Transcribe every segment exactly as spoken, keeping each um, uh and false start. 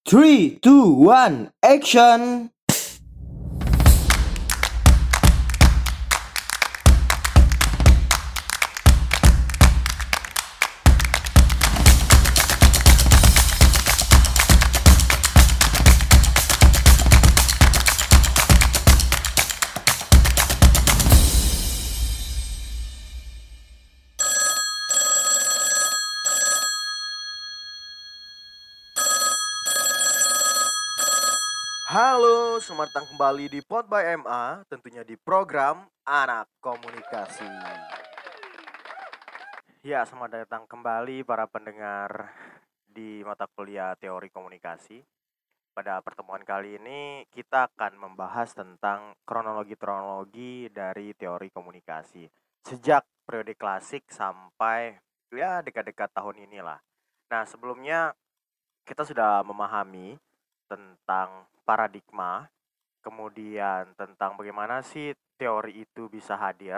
Three, two, one, action! Halo, selamat datang kembali di Pod by M A, tentunya di program Anak Komunikasi. Ya, selamat datang kembali para pendengar di mata kuliah Teori Komunikasi. Pada pertemuan kali ini kita akan membahas tentang kronologi-kronologi dari teori komunikasi. Sejak periode klasik sampai ya dekat-dekat tahun inilah. Nah, sebelumnya kita sudah memahami tentang paradigma, kemudian tentang bagaimana sih teori itu bisa hadir,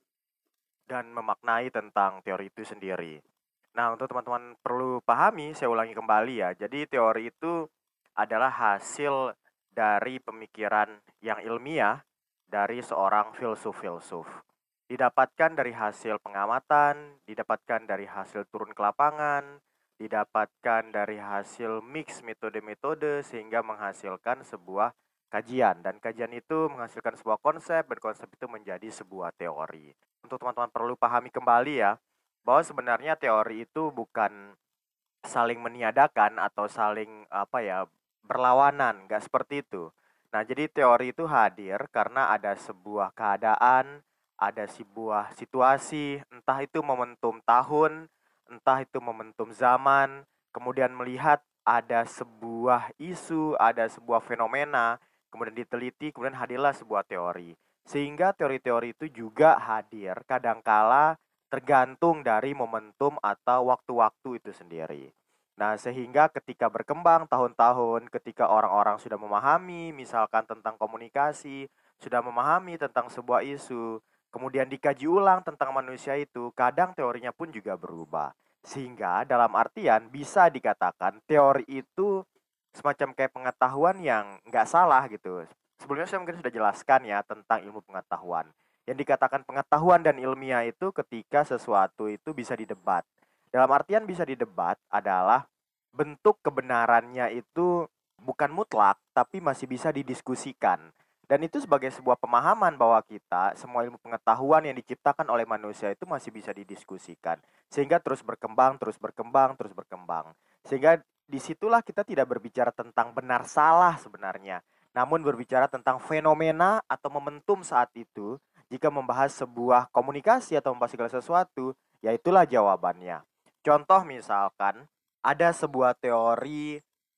dan memaknai tentang teori itu sendiri. Nah, untuk teman-teman perlu pahami, saya ulangi kembali ya. Jadi teori itu adalah hasil dari pemikiran yang ilmiah dari seorang filsuf-filsuf. Didapatkan dari hasil pengamatan, didapatkan dari hasil turun ke lapangan, didapatkan dari hasil mix metode-metode sehingga menghasilkan sebuah kajian. Dan kajian itu menghasilkan sebuah konsep dan konsep itu menjadi sebuah teori. Untuk teman-teman perlu pahami kembali ya, bahwa sebenarnya teori itu bukan saling meniadakan atau saling apa ya berlawanan, nggak seperti itu. Nah, jadi teori itu hadir karena ada sebuah keadaan, ada sebuah situasi, entah itu momentum tahun, entah itu momentum zaman, kemudian melihat ada sebuah isu, ada sebuah fenomena, kemudian diteliti, kemudian hadirlah sebuah teori. Sehingga teori-teori itu juga hadir kadangkala tergantung dari momentum atau waktu-waktu itu sendiri. Nah, sehingga ketika berkembang tahun-tahun, ketika orang-orang sudah memahami misalkan tentang komunikasi, sudah memahami tentang sebuah isu, kemudian dikaji ulang tentang manusia itu, kadang teorinya pun juga berubah. Sehingga dalam artian bisa dikatakan teori itu semacam kayak pengetahuan yang nggak salah gitu. Sebelumnya saya mungkin sudah jelaskan ya tentang ilmu pengetahuan. Yang dikatakan pengetahuan dan ilmiah itu ketika sesuatu itu bisa didebat. Dalam artian bisa didebat adalah bentuk kebenarannya itu bukan mutlak, tapi masih bisa didiskusikan. Dan itu sebagai sebuah pemahaman bahwa kita, semua ilmu pengetahuan yang diciptakan oleh manusia itu masih bisa didiskusikan. Sehingga terus berkembang, terus berkembang, terus berkembang. Sehingga disitulah kita tidak berbicara tentang benar salah sebenarnya. Namun berbicara tentang fenomena atau momentum saat itu. Jika membahas sebuah komunikasi atau membahas segala sesuatu, ya itulah jawabannya. Contoh misalkan, ada sebuah teori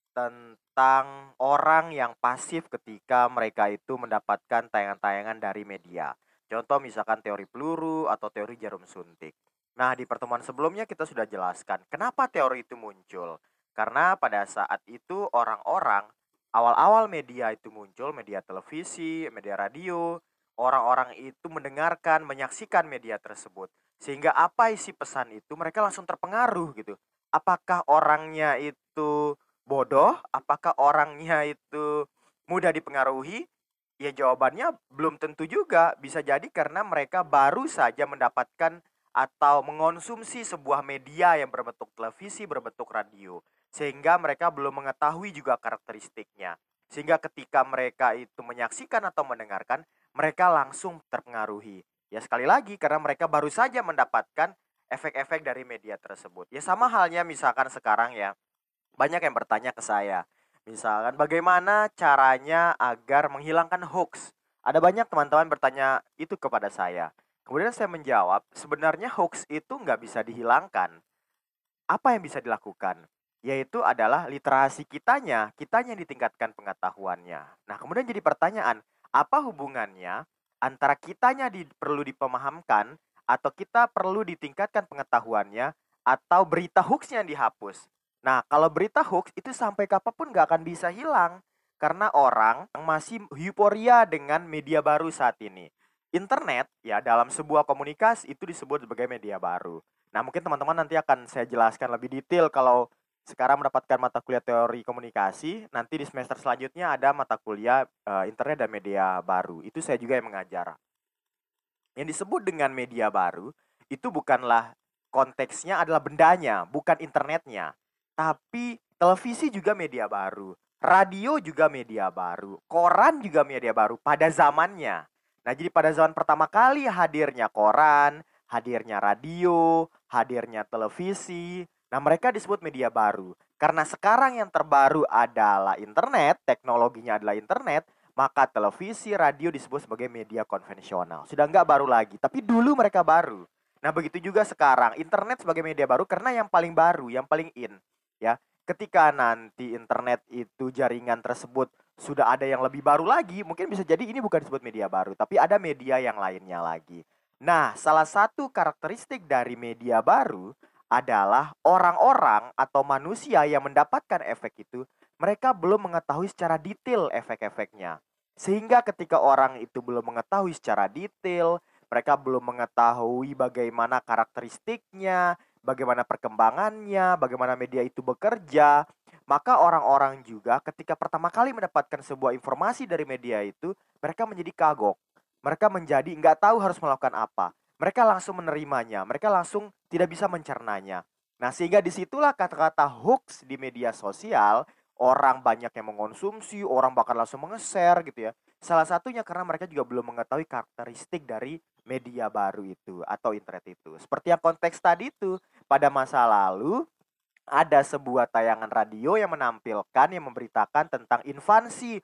tentang orang yang pasif ketika mereka itu mendapatkan tayangan-tayangan dari media. Contoh misalkan teori peluru atau teori jarum suntik. Nah, di pertemuan sebelumnya kita sudah jelaskan kenapa teori itu muncul. Karena pada saat itu orang-orang, awal-awal media itu muncul, media televisi, media radio, orang-orang itu mendengarkan, menyaksikan media tersebut. Sehingga apa isi pesan itu mereka langsung terpengaruh gitu. Apakah orangnya itu bodoh? Apakah orangnya itu mudah dipengaruhi? Ya jawabannya belum tentu juga. Bisa jadi karena mereka baru saja mendapatkan atau mengonsumsi sebuah media yang berbentuk televisi, berbentuk radio. Sehingga mereka belum mengetahui juga karakteristiknya. Sehingga ketika mereka itu menyaksikan atau mendengarkan, mereka langsung terpengaruhi. Ya sekali lagi karena mereka baru saja mendapatkan efek-efek dari media tersebut. Ya sama halnya misalkan sekarang ya, banyak yang bertanya ke saya. Misalkan bagaimana caranya agar menghilangkan hoax? Ada banyak teman-teman bertanya itu kepada saya. Kemudian saya menjawab, sebenarnya hoax itu nggak bisa dihilangkan. Apa yang bisa dilakukan? Yaitu adalah literasi kitanya, kitanya yang ditingkatkan pengetahuannya. Nah, kemudian jadi pertanyaan, apa hubungannya antara kitanya di, perlu dipemahamkan atau kita perlu ditingkatkan pengetahuannya atau berita hoaxnya yang dihapus? Nah, kalau berita hoax itu sampai kapanpun nggak akan bisa hilang karena orang masih euforia dengan media baru saat ini. Internet ya dalam sebuah komunikasi itu disebut sebagai media baru. Nah, mungkin teman-teman nanti akan saya jelaskan lebih detail kalau sekarang mendapatkan mata kuliah teori komunikasi, nanti di semester selanjutnya ada mata kuliah uh, internet dan media baru. Itu saya juga yang mengajar. Yang disebut dengan media baru itu bukanlah konteksnya adalah bendanya, bukan internetnya. Tapi televisi juga media baru, radio juga media baru, koran juga media baru pada zamannya. Nah, jadi pada zaman pertama kali hadirnya koran, hadirnya radio, hadirnya televisi, nah mereka disebut media baru. Karena sekarang yang terbaru adalah internet, teknologinya adalah internet, maka televisi, radio disebut sebagai media konvensional. Sudah nggak baru lagi, tapi dulu mereka baru. Nah, begitu juga sekarang, internet sebagai media baru karena yang paling baru, yang paling in. Ya, ketika nanti internet itu jaringan tersebut sudah ada yang lebih baru lagi, mungkin bisa jadi ini bukan disebut media baru, tapi ada media yang lainnya lagi. Nah, salah satu karakteristik dari media baru adalah orang-orang atau manusia yang mendapatkan efek itu, mereka belum mengetahui secara detail efek-efeknya. Sehingga ketika orang itu belum mengetahui secara detail, mereka belum mengetahui bagaimana karakteristiknya, bagaimana perkembangannya, bagaimana media itu bekerja, maka orang-orang juga ketika pertama kali mendapatkan sebuah informasi dari media itu, mereka menjadi kagok. Mereka menjadi nggak tahu harus melakukan apa. Mereka langsung menerimanya, mereka langsung tidak bisa mencernanya. Nah, sehingga disitulah kata-kata hoax di media sosial, orang banyak yang mengonsumsi, orang bahkan langsung menge-share gitu ya. Salah satunya karena mereka juga belum mengetahui karakteristik dari media baru itu atau internet itu. Seperti yang konteks tadi itu, pada masa lalu ada sebuah tayangan radio yang menampilkan yang memberitakan tentang invasi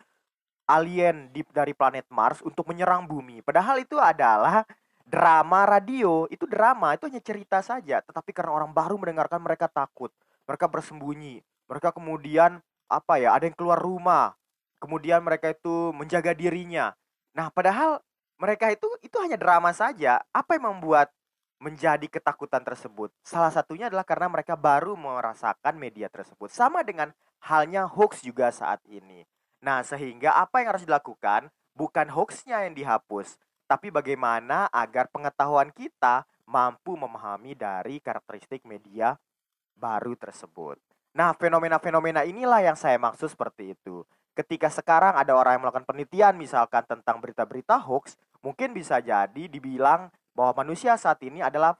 alien di, dari planet Mars untuk menyerang bumi. Padahal itu adalah drama radio, itu drama, itu hanya cerita saja. Tetapi karena orang baru mendengarkan, mereka takut, mereka bersembunyi, mereka kemudian apa ya, ada yang keluar rumah, kemudian mereka itu menjaga dirinya. Nah, padahal mereka itu itu hanya drama saja. Apa yang membuat menjadi ketakutan tersebut? Salah satunya adalah karena mereka baru merasakan media tersebut. Sama dengan halnya hoax juga saat ini. Nah, sehingga apa yang harus dilakukan bukan hoaxnya yang dihapus, tapi bagaimana agar pengetahuan kita mampu memahami dari karakteristik media baru tersebut. Nah, fenomena-fenomena inilah yang saya maksud seperti itu. Ketika sekarang ada orang yang melakukan penelitian misalkan tentang berita-berita hoax, mungkin bisa jadi dibilang bahwa manusia saat ini adalah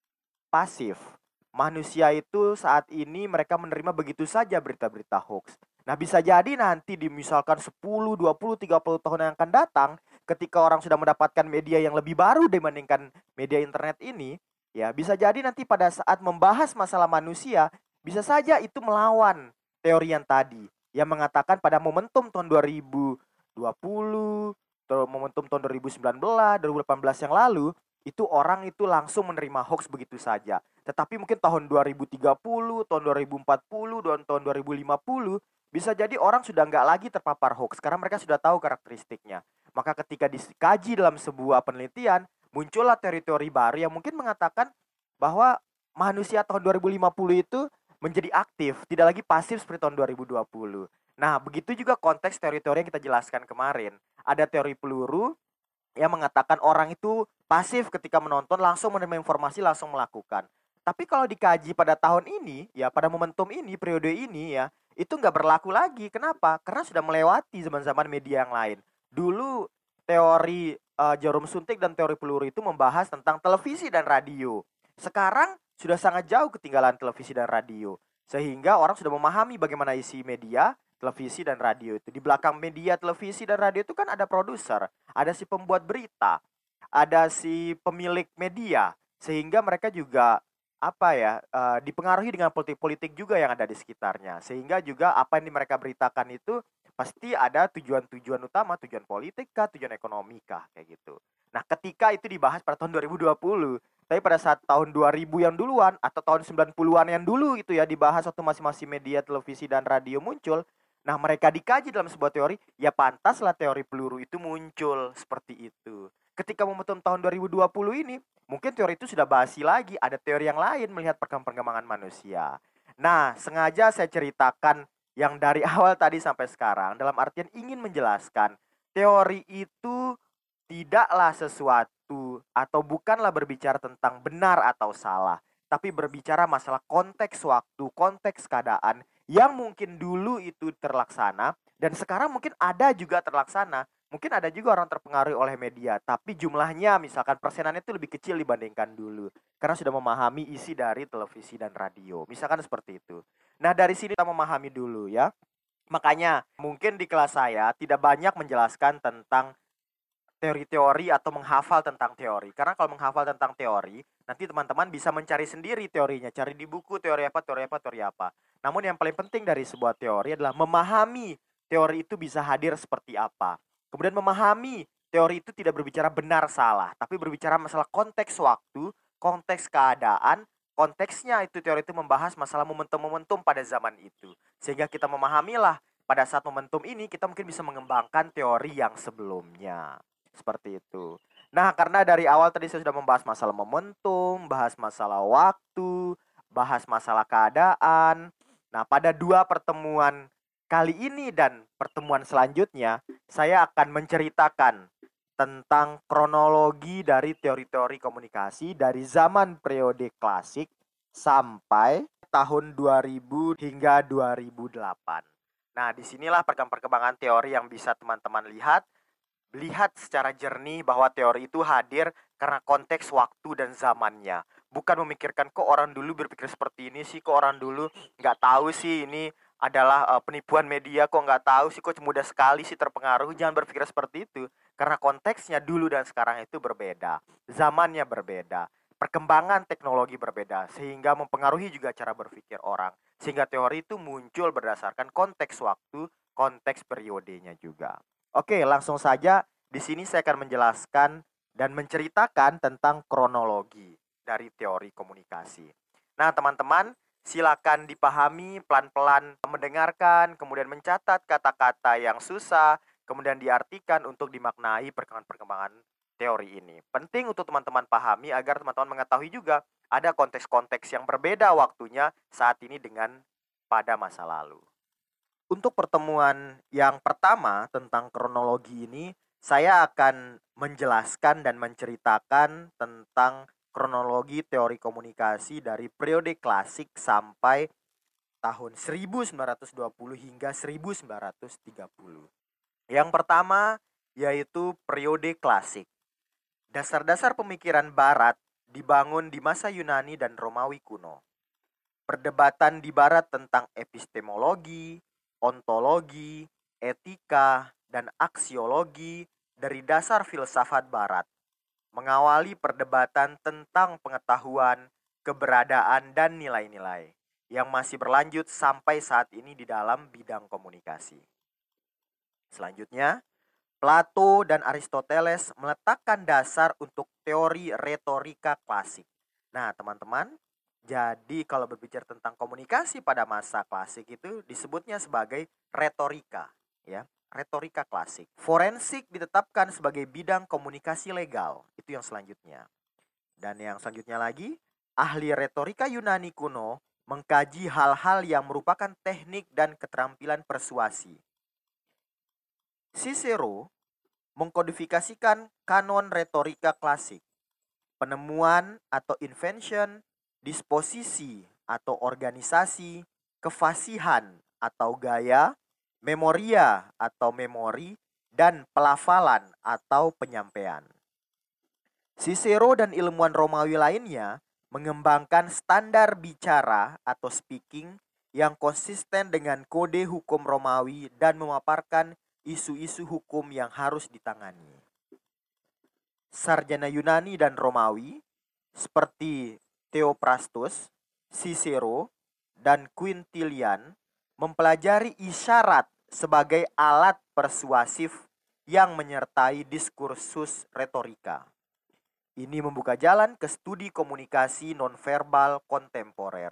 pasif. Manusia itu saat ini mereka menerima begitu saja berita-berita hoax. Nah, bisa jadi nanti di misalkan sepuluh, dua puluh, tiga puluh tahun yang akan datang, ketika orang sudah mendapatkan media yang lebih baru dibandingkan media internet ini, ya bisa jadi nanti pada saat membahas masalah manusia, bisa saja itu melawan teori yang tadi, yang mengatakan pada momentum tahun dua ribu dua puluh, momentum tahun dua ribu sembilan belas, dua ribu delapan belas yang lalu, itu orang itu langsung menerima hoax begitu saja. Tetapi mungkin tahun dua ribu tiga puluh, tahun dua ribu empat puluh, dan tahun dua ribu lima puluh, bisa jadi orang sudah nggak lagi terpapar hoax karena mereka sudah tahu karakteristiknya. Maka ketika dikaji dalam sebuah penelitian, muncullah teori-teori baru yang mungkin mengatakan bahwa manusia tahun dua ribu lima puluh itu menjadi aktif, tidak lagi pasif seperti tahun dua ribu dua puluh. Nah, begitu juga konteks teori-teori yang kita jelaskan kemarin. Ada teori peluru yang mengatakan orang itu pasif ketika menonton, langsung menerima informasi, langsung melakukan. Tapi kalau dikaji pada tahun ini, ya pada momentum ini, periode ini ya, itu nggak berlaku lagi. Kenapa? Karena sudah melewati zaman-zaman media yang lain. Dulu teori uh, jarum suntik dan teori peluru itu membahas tentang televisi dan radio. Sekarang sudah sangat jauh ketinggalan televisi dan radio. Sehingga orang sudah memahami bagaimana isi media, televisi dan radio itu. Di belakang media, televisi dan radio itu kan ada produser, ada si pembuat berita, ada si pemilik media, sehingga mereka juga apa ya uh, dipengaruhi dengan politik-politik juga yang ada di sekitarnya, sehingga juga apa yang mereka beritakan itu pasti ada tujuan-tujuan utama, tujuan politik kah, tujuan ekonomi kah, kayak gitu. Nah, ketika itu dibahas pada tahun dua ribu dua puluh, tapi pada saat tahun dua ribu yang duluan atau tahun sembilan puluhan yang dulu itu ya dibahas waktu masing-masing media televisi dan radio muncul. Nah, mereka dikaji dalam sebuah teori, ya pantaslah teori peluru itu muncul seperti itu. Ketika momentum tahun dua ribu dua puluh ini, mungkin teori itu sudah basi lagi, ada teori yang lain melihat perkembangan manusia. Nah, sengaja saya ceritakan yang dari awal tadi sampai sekarang, dalam artian ingin menjelaskan, teori itu tidaklah sesuatu atau bukanlah berbicara tentang benar atau salah. tapi berbicara masalah konteks waktu, konteks keadaan yang mungkin dulu itu terlaksana dan sekarang mungkin ada juga terlaksana. Mungkin ada juga orang terpengaruh oleh media, tapi jumlahnya misalkan persenannya itu lebih kecil dibandingkan dulu karena sudah memahami isi dari televisi dan radio. Misalkan seperti itu. Nah, dari sini kita memahami dulu ya. Makanya mungkin di kelas saya tidak banyak menjelaskan tentang teori-teori atau menghafal tentang teori. Karena kalau menghafal tentang teori, nanti teman-teman bisa mencari sendiri teorinya, cari di buku teori apa, teori apa, teori apa. Namun yang paling penting dari sebuah teori adalah memahami teori itu bisa hadir seperti apa. Kemudian memahami teori itu tidak berbicara benar salah, tapi berbicara masalah konteks waktu, konteks keadaan, konteksnya itu teori itu membahas masalah momentum-momentum pada zaman itu. Sehingga kita memahamilah pada saat momentum ini kita mungkin bisa mengembangkan teori yang sebelumnya. Seperti itu. Nah, karena dari awal tadi saya sudah membahas masalah momentum, bahas masalah waktu, bahas masalah keadaan. Nah, pada dua pertemuan kali ini dan pertemuan selanjutnya, saya akan menceritakan tentang kronologi dari teori-teori komunikasi dari zaman periode klasik sampai tahun dua ribu hingga dua ribu delapan. Nah, disinilah perkembangan teori yang bisa teman-teman lihat lihat secara jernih bahwa teori itu hadir karena konteks waktu dan zamannya. Bukan memikirkan kok orang dulu berpikir seperti ini sih, kok orang dulu nggak tahu sih ini adalah uh, penipuan media, kok nggak tahu sih, kok mudah sekali sih terpengaruh. Jangan berpikir seperti itu, karena konteksnya dulu dan sekarang itu berbeda, zamannya berbeda, perkembangan teknologi berbeda, sehingga mempengaruhi juga cara berpikir orang. Sehingga teori itu muncul berdasarkan konteks waktu, konteks periodenya juga. Oke, langsung saja di sini saya akan menjelaskan dan menceritakan tentang kronologi dari teori komunikasi. Nah, teman-teman, silakan dipahami pelan-pelan mendengarkan, kemudian mencatat kata-kata yang susah, kemudian diartikan untuk dimaknai perkembangan-perkembangan teori ini. Penting untuk teman-teman pahami agar teman-teman mengetahui juga ada konteks-konteks yang berbeda waktunya saat ini dengan pada masa lalu. Untuk pertemuan yang pertama tentang kronologi ini, saya akan menjelaskan dan menceritakan tentang kronologi teori komunikasi dari periode klasik sampai tahun seribu sembilan ratus dua puluh hingga seribu sembilan ratus tiga puluh. Yang pertama yaitu periode klasik. Dasar-dasar pemikiran Barat dibangun di masa Yunani dan Romawi kuno. Perdebatan di Barat tentang epistemologi, ontologi, etika, dan aksiologi dari dasar filsafat Barat, mengawali perdebatan tentang pengetahuan, keberadaan, dan nilai-nilai yang masih berlanjut sampai saat ini di dalam bidang komunikasi. Selanjutnya, Plato dan Aristoteles meletakkan dasar untuk teori retorika klasik. Nah, teman-teman, jadi kalau berbicara tentang komunikasi pada masa klasik itu disebutnya sebagai retorika, ya, retorika klasik. Forensik ditetapkan sebagai bidang komunikasi legal, itu yang selanjutnya. Dan yang selanjutnya lagi, ahli retorika Yunani kuno mengkaji hal-hal yang merupakan teknik dan keterampilan persuasi. Cicero mengkodifikasikan kanon retorika klasik, penemuan atau invention, disposisi atau organisasi, kefasihan atau gaya, memoria atau memori, dan pelafalan atau penyampaian. Cicero dan ilmuwan Romawi lainnya mengembangkan standar bicara atau speaking yang konsisten dengan kode hukum Romawi dan memaparkan isu-isu hukum yang harus ditangani. Sarjana Yunani dan Romawi seperti Theophrastus, Cicero, dan Quintilian mempelajari isyarat sebagai alat persuasif yang menyertai diskursus retorika. Ini membuka jalan ke studi komunikasi nonverbal kontemporer.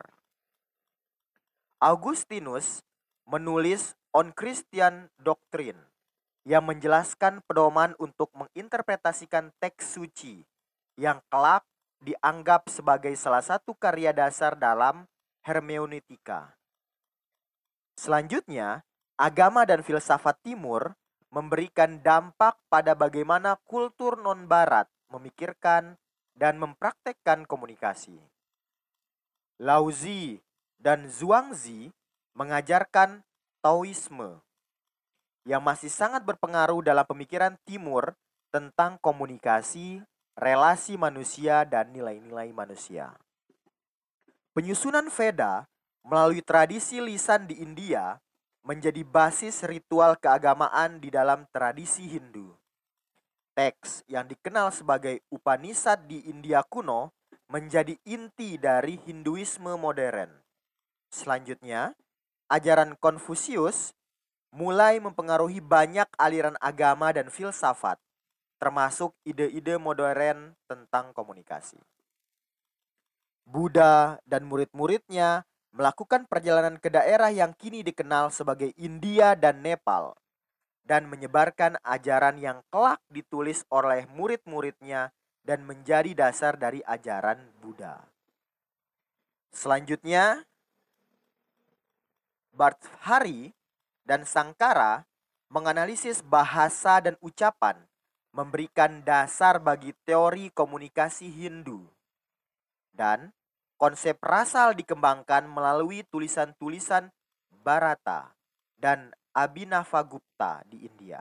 Augustinus menulis On Christian Doctrine yang menjelaskan pedoman untuk menginterpretasikan teks suci yang kelak dianggap sebagai salah satu karya dasar dalam hermeneutika. Selanjutnya, agama dan filsafat timur memberikan dampak pada bagaimana kultur non-barat memikirkan dan mempraktekkan komunikasi. Laozi dan Zhuangzi mengajarkan Taoisme yang masih sangat berpengaruh dalam pemikiran Timur tentang komunikasi, relasi manusia, dan nilai-nilai manusia. Penyusunan Veda melalui tradisi lisan di India menjadi basis ritual keagamaan di dalam tradisi Hindu. Teks yang dikenal sebagai Upanishad di India kuno menjadi inti dari Hinduisme modern. Selanjutnya, ajaran Konfusius mulai mempengaruhi banyak aliran agama dan filsafat, termasuk ide-ide modern tentang komunikasi. Buddha dan murid-muridnya melakukan perjalanan ke daerah yang kini dikenal sebagai India dan Nepal, dan menyebarkan ajaran yang kelak ditulis oleh murid-muridnya dan menjadi dasar dari ajaran Buddha. Selanjutnya, Bhartrhari dan Sankara menganalisis bahasa dan ucapan, memberikan dasar bagi teori komunikasi Hindu. Dan konsep rasal dikembangkan melalui tulisan-tulisan Bharata dan Abhinavagupta di India.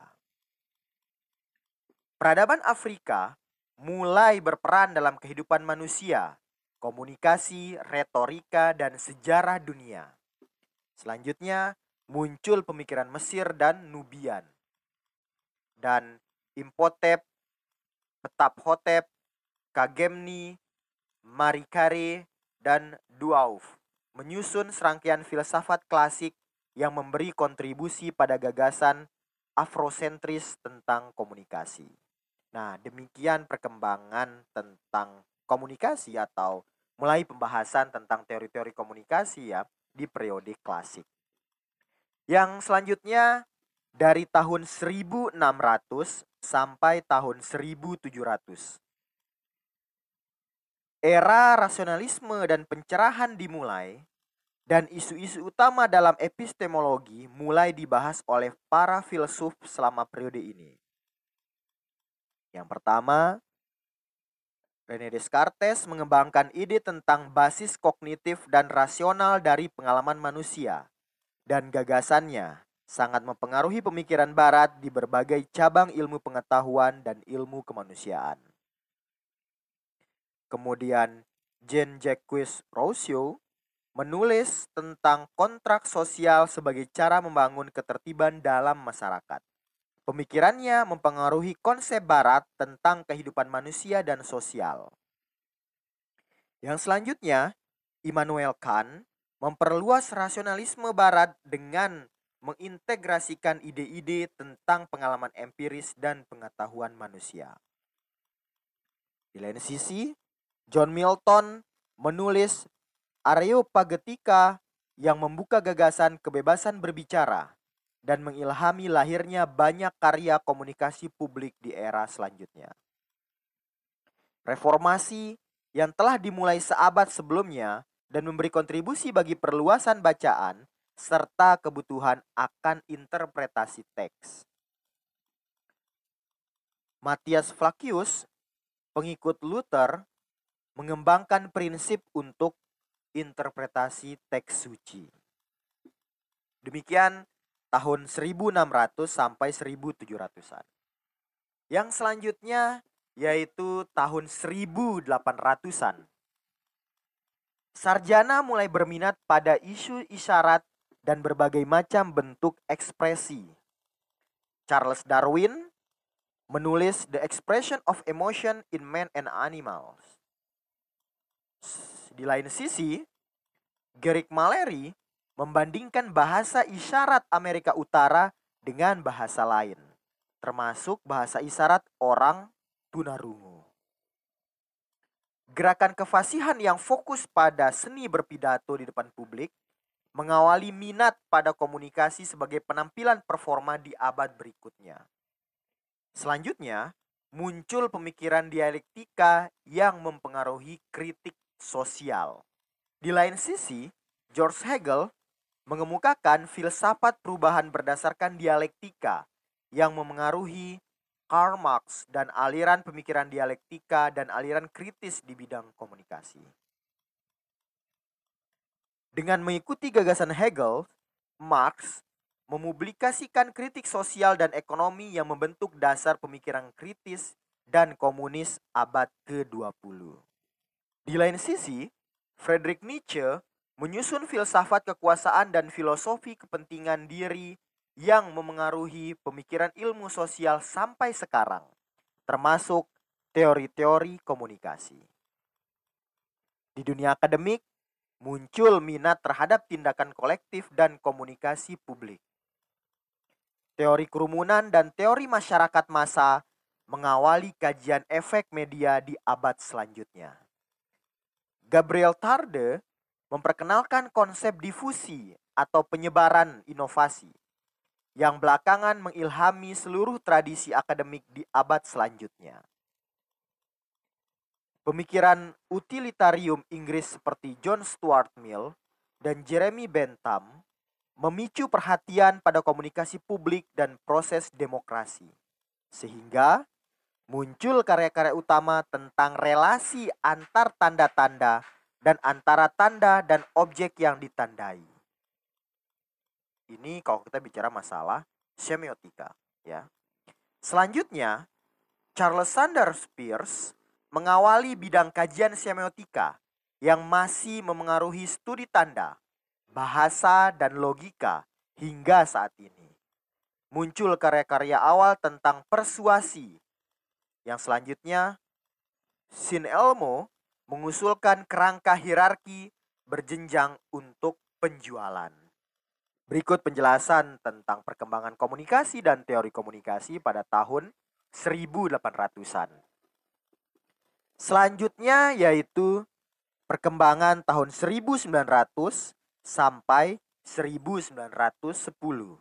Peradaban Afrika mulai berperan dalam kehidupan manusia, komunikasi, retorika, dan sejarah dunia. Selanjutnya muncul pemikiran Mesir dan Nubian. Dan Imhotep, Ptahhotep, Kagemni, Marikare, dan Duauf menyusun serangkaian filsafat klasik yang memberi kontribusi pada gagasan afrosentris tentang komunikasi. Nah, demikian perkembangan tentang komunikasi atau mulai pembahasan tentang teori-teori komunikasi ya di periode klasik. Yang selanjutnya dari tahun seribu enam ratus sampai tahun seribu tujuh ratus. Era rasionalisme dan pencerahan dimulai, dan isu-isu utama dalam epistemologi mulai dibahas oleh para filsuf selama periode ini. Yang pertama, René Descartes mengembangkan ide tentang basis kognitif dan rasional dari pengalaman manusia, dan gagasannya sangat mempengaruhi pemikiran Barat di berbagai cabang ilmu pengetahuan dan ilmu kemanusiaan. Kemudian Jean-Jacques Rousseau menulis tentang kontrak sosial sebagai cara membangun ketertiban dalam masyarakat. Pemikirannya mempengaruhi konsep Barat tentang kehidupan manusia dan sosial. Yang selanjutnya, Immanuel Kant memperluas rasionalisme Barat dengan mengintegrasikan ide-ide tentang pengalaman empiris dan pengetahuan manusia. Di lain sisi, John Milton menulis Areopagitica yang membuka gagasan kebebasan berbicara dan mengilhami lahirnya banyak karya komunikasi publik di era selanjutnya. Reformasi yang telah dimulai seabad sebelumnya dan memberi kontribusi bagi perluasan bacaan serta kebutuhan akan interpretasi teks. Matthias Flacius, pengikut Luther, mengembangkan prinsip untuk interpretasi teks suci. Demikian tahun seribu enam ratus sampai seribu tujuh ratusan. Yang selanjutnya yaitu tahun seribu delapan ratusan. Sarjana mulai berminat pada isu isyarat dan berbagai macam bentuk ekspresi. Charles Darwin menulis The Expression of Emotion in Man and Animals. Di lain sisi, George Mallory membandingkan bahasa isyarat Amerika Utara dengan bahasa lain, termasuk bahasa isyarat orang tunarungu. Gerakan kefasihan yang fokus pada seni berpidato di depan publik mengawali minat pada komunikasi sebagai penampilan performa di abad berikutnya. Selanjutnya, muncul pemikiran dialektika yang mempengaruhi kritik sosial. Di lain sisi, George Hegel mengemukakan filsafat perubahan berdasarkan dialektika yang memengaruhi Karl Marx dan aliran pemikiran dialektika dan aliran kritis di bidang komunikasi. Dengan mengikuti gagasan Hegel, Marx memublikasikan kritik sosial dan ekonomi yang membentuk dasar pemikiran kritis dan komunis abad ke dua puluh. Di lain sisi, Friedrich Nietzsche menyusun filsafat kekuasaan dan filosofi kepentingan diri yang memengaruhi pemikiran ilmu sosial sampai sekarang, termasuk teori-teori komunikasi. Di dunia akademik, muncul minat terhadap tindakan kolektif dan komunikasi publik. Teori kerumunan dan teori masyarakat massa mengawali kajian efek media di abad selanjutnya. Gabriel Tarde memperkenalkan konsep difusi atau penyebaran inovasi yang belakangan mengilhami seluruh tradisi akademik di abad selanjutnya. Pemikiran utilitarium Inggris seperti John Stuart Mill dan Jeremy Bentham memicu perhatian pada komunikasi publik dan proses demokrasi, sehingga muncul karya-karya utama tentang relasi antar tanda-tanda dan antara tanda dan objek yang ditandai. Ini kalau kita bicara masalah semiotika, ya. Selanjutnya, Charles Sanders Peirce mengawali bidang kajian semiotika yang masih memengaruhi studi tanda, bahasa, dan logika hingga saat ini. Muncul karya-karya awal tentang persuasi. Yang selanjutnya, Sin Elmo mengusulkan kerangka hierarki berjenjang untuk penjualan. Berikut penjelasan tentang perkembangan komunikasi dan teori komunikasi pada tahun seribu delapan ratusan. Selanjutnya yaitu perkembangan tahun seribu sembilan ratus sampai seribu sembilan ratus sepuluh.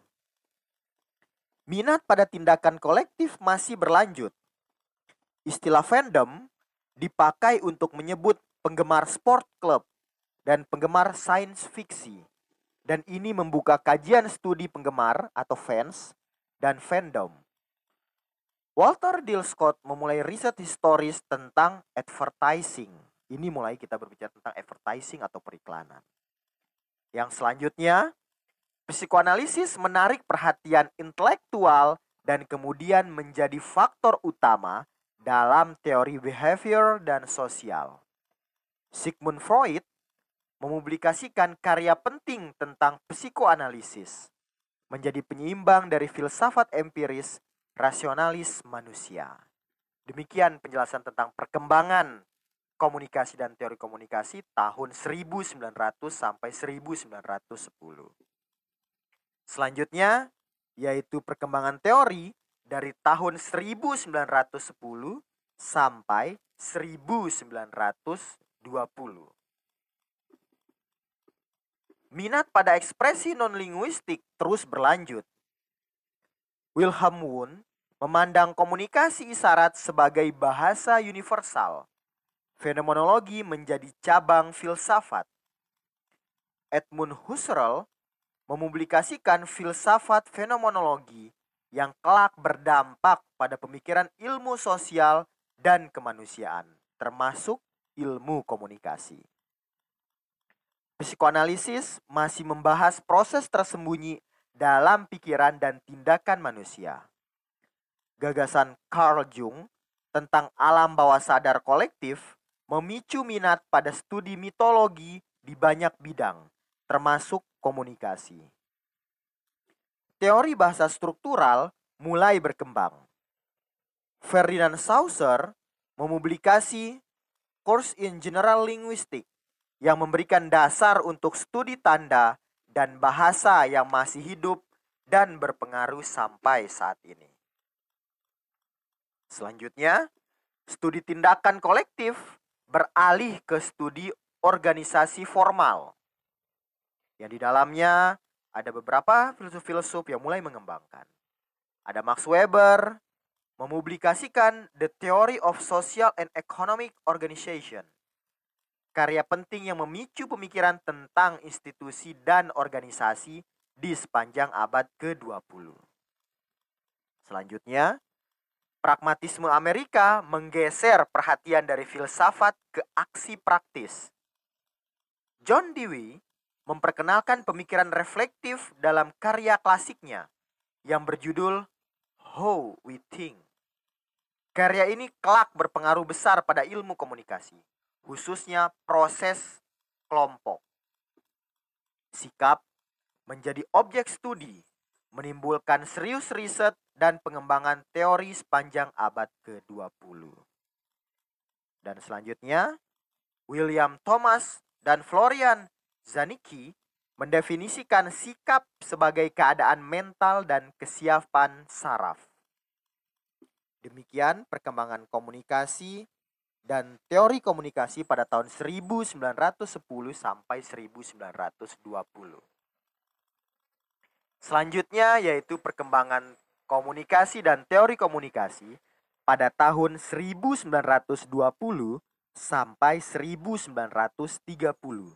Minat pada tindakan kolektif masih berlanjut. Istilah fandom dipakai untuk menyebut penggemar sport club dan penggemar sains fiksi. Dan ini membuka kajian studi penggemar atau fans dan fandom. Walter Dill Scott memulai riset historis tentang advertising. Ini mulai kita berbicara tentang advertising atau periklanan. Yang selanjutnya, psikoanalisis menarik perhatian intelektual dan kemudian menjadi faktor utama dalam teori behavior dan sosial. Sigmund Freud memublikasikan karya penting tentang psikoanalisis, menjadi penyeimbang dari filsafat empiris rasionalis manusia. Demikian penjelasan tentang perkembangan komunikasi dan teori komunikasi tahun seribu sembilan ratus sampai seribu sembilan ratus sepuluh. Selanjutnya yaitu perkembangan teori dari tahun seribu sembilan ratus sepuluh sampai seribu sembilan ratus dua puluh. Minat pada ekspresi non-linguistik terus berlanjut. Wilhelm Wundt memandang komunikasi isyarat sebagai bahasa universal. Fenomenologi menjadi cabang filsafat. Edmund Husserl memublikasikan filsafat fenomenologi yang kelak berdampak pada pemikiran ilmu sosial dan kemanusiaan, termasuk ilmu komunikasi. Psikoanalisis masih membahas proses tersembunyi dalam pikiran dan tindakan manusia. Gagasan Carl Jung tentang alam bawah sadar kolektif memicu minat pada studi mitologi di banyak bidang, termasuk komunikasi. Teori bahasa struktural mulai berkembang. Ferdinand Saussure memublikasi Course in General Linguistics yang memberikan dasar untuk studi tanda dan bahasa yang masih hidup dan berpengaruh sampai saat ini. Selanjutnya, studi tindakan kolektif beralih ke studi organisasi formal, yang di dalamnya ada beberapa filsuf-filsuf yang mulai mengembangkan. Ada Max Weber memublikasikan The Theory of Social and Economic Organization, karya penting yang memicu pemikiran tentang institusi dan organisasi di sepanjang abad ke dua puluh. Selanjutnya, pragmatisme Amerika menggeser perhatian dari filsafat ke aksi praktis. John Dewey memperkenalkan pemikiran reflektif dalam karya klasiknya yang berjudul How We Think. Karya ini kelak berpengaruh besar pada ilmu komunikasi, khususnya proses kelompok. Sikap menjadi objek studi, menimbulkan serius riset dan pengembangan teori sepanjang abad ke dua puluh. Dan selanjutnya, William Thomas dan Florian Zanicki mendefinisikan sikap sebagai keadaan mental dan kesiapan saraf. Demikian perkembangan komunikasi dan teori komunikasi pada tahun seribu sembilan ratus sepuluh sampai seribu sembilan ratus dua puluh. Selanjutnya yaitu perkembangan komunikasi dan teori komunikasi pada tahun seribu sembilan ratus dua puluh sampai seribu sembilan ratus tiga puluh.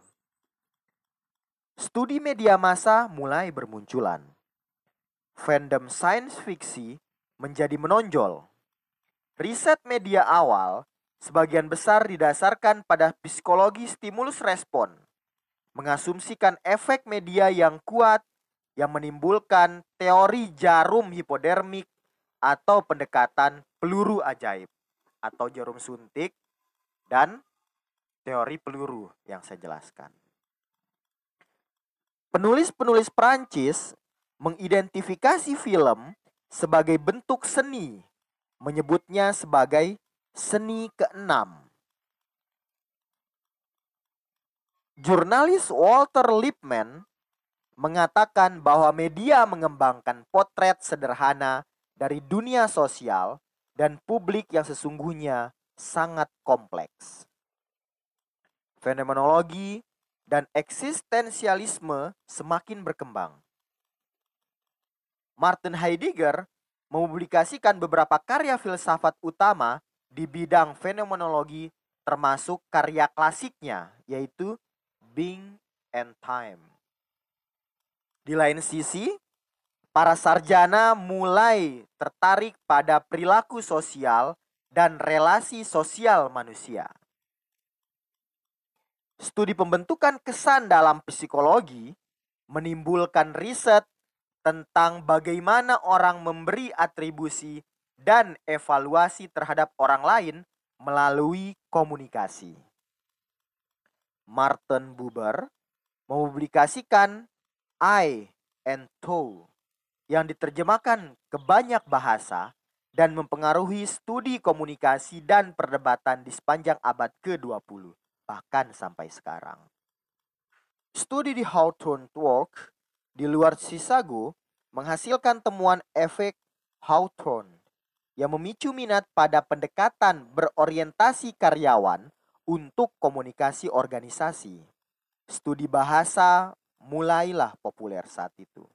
Studi media massa mulai bermunculan. Fandom science fiction menjadi menonjol. Riset media awal sebagian besar didasarkan pada psikologi stimulus respon, mengasumsikan efek media yang kuat yang menimbulkan teori jarum hipodermik atau pendekatan peluru ajaib atau jarum suntik dan teori peluru yang saya jelaskan. Penulis-penulis Prancis mengidentifikasi film sebagai bentuk seni, menyebutnya sebagai seni keenam. Jurnalis Walter Lippmann mengatakan bahwa media mengembangkan potret sederhana dari dunia sosial dan publik yang sesungguhnya sangat kompleks. Fenomenologi dan eksistensialisme semakin berkembang. Martin Heidegger mempublikasikan beberapa karya filsafat utama di bidang fenomenologi termasuk karya klasiknya yaitu Being and Time. Di lain sisi, para sarjana mulai tertarik pada perilaku sosial dan relasi sosial manusia. Studi pembentukan kesan dalam psikologi menimbulkan riset tentang bagaimana orang memberi atribusi dan evaluasi terhadap orang lain melalui komunikasi. Martin Buber mempublikasikan I and Thou yang diterjemahkan ke banyak bahasa dan mempengaruhi studi komunikasi dan perdebatan di sepanjang abad ke dua puluh. Bahkan sampai sekarang. Studi di Hawthorne Work di luar Chicago menghasilkan temuan efek Hawthorne yang memicu minat pada pendekatan berorientasi karyawan untuk komunikasi organisasi. Studi bahasa mulailah populer saat itu.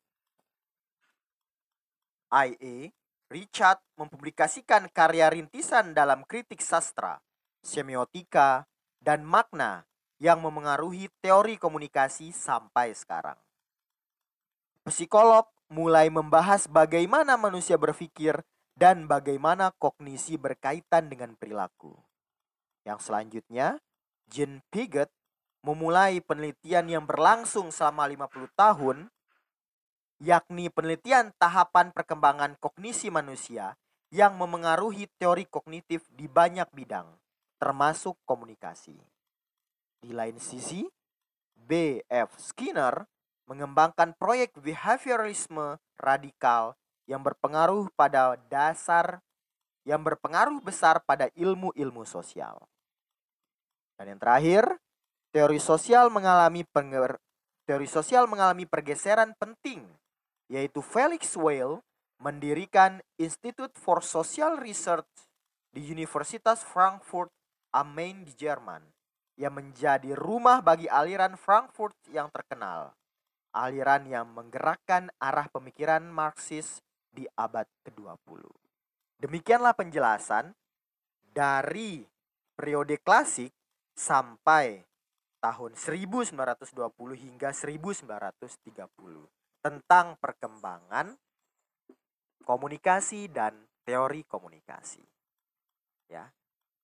I A Richard mempublikasikan karya rintisan dalam kritik sastra, semiotika, dan makna yang memengaruhi teori komunikasi sampai sekarang. Psikolog mulai membahas bagaimana manusia berpikir dan bagaimana kognisi berkaitan dengan perilaku. Yang selanjutnya, Jean Piaget memulai penelitian yang berlangsung selama lima puluh tahun, yakni penelitian tahapan perkembangan kognisi manusia yang memengaruhi teori kognitif di banyak bidang, termasuk komunikasi. Di lain sisi, B F Skinner mengembangkan proyek behavioralisme radikal yang berpengaruh pada dasar yang berpengaruh besar pada ilmu-ilmu sosial. Dan yang terakhir, teori sosial mengalami penger, teori sosial mengalami pergeseran penting, yaitu Felix Weil mendirikan Institute for Social Research di Universitas Frankfurt am Main di Jerman, yang menjadi rumah bagi aliran Frankfurt yang terkenal, aliran yang menggerakkan arah pemikiran Marxis di abad ke dua puluh. Demikianlah penjelasan dari periode klasik sampai tahun seribu sembilan ratus dua puluh hingga seribu sembilan ratus tiga puluh tentang perkembangan komunikasi dan teori komunikasi. Ya.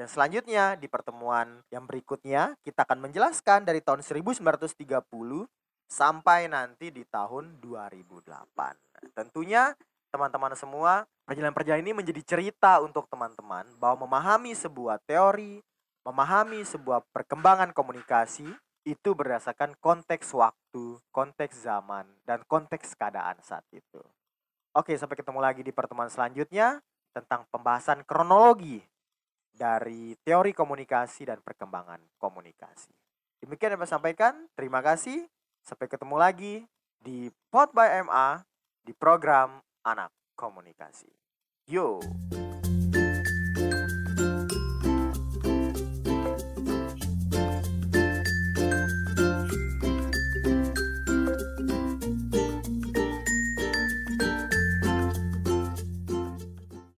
Dan selanjutnya di pertemuan yang berikutnya kita akan menjelaskan dari tahun seribu sembilan ratus tiga puluh sampai nanti di tahun dua ribu delapan. Tentunya teman-teman semua, perjalanan-perjalanan ini menjadi cerita untuk teman-teman bahwa memahami sebuah teori, memahami sebuah perkembangan komunikasi itu berdasarkan konteks waktu, konteks zaman, dan konteks keadaan saat itu. Oke, sampai ketemu lagi di pertemuan selanjutnya tentang pembahasan kronologi dari teori komunikasi dan perkembangan komunikasi. Demikian yang saya sampaikan. Terima kasih. Sampai ketemu lagi di Pod by M A di program Anak Komunikasi. Yo.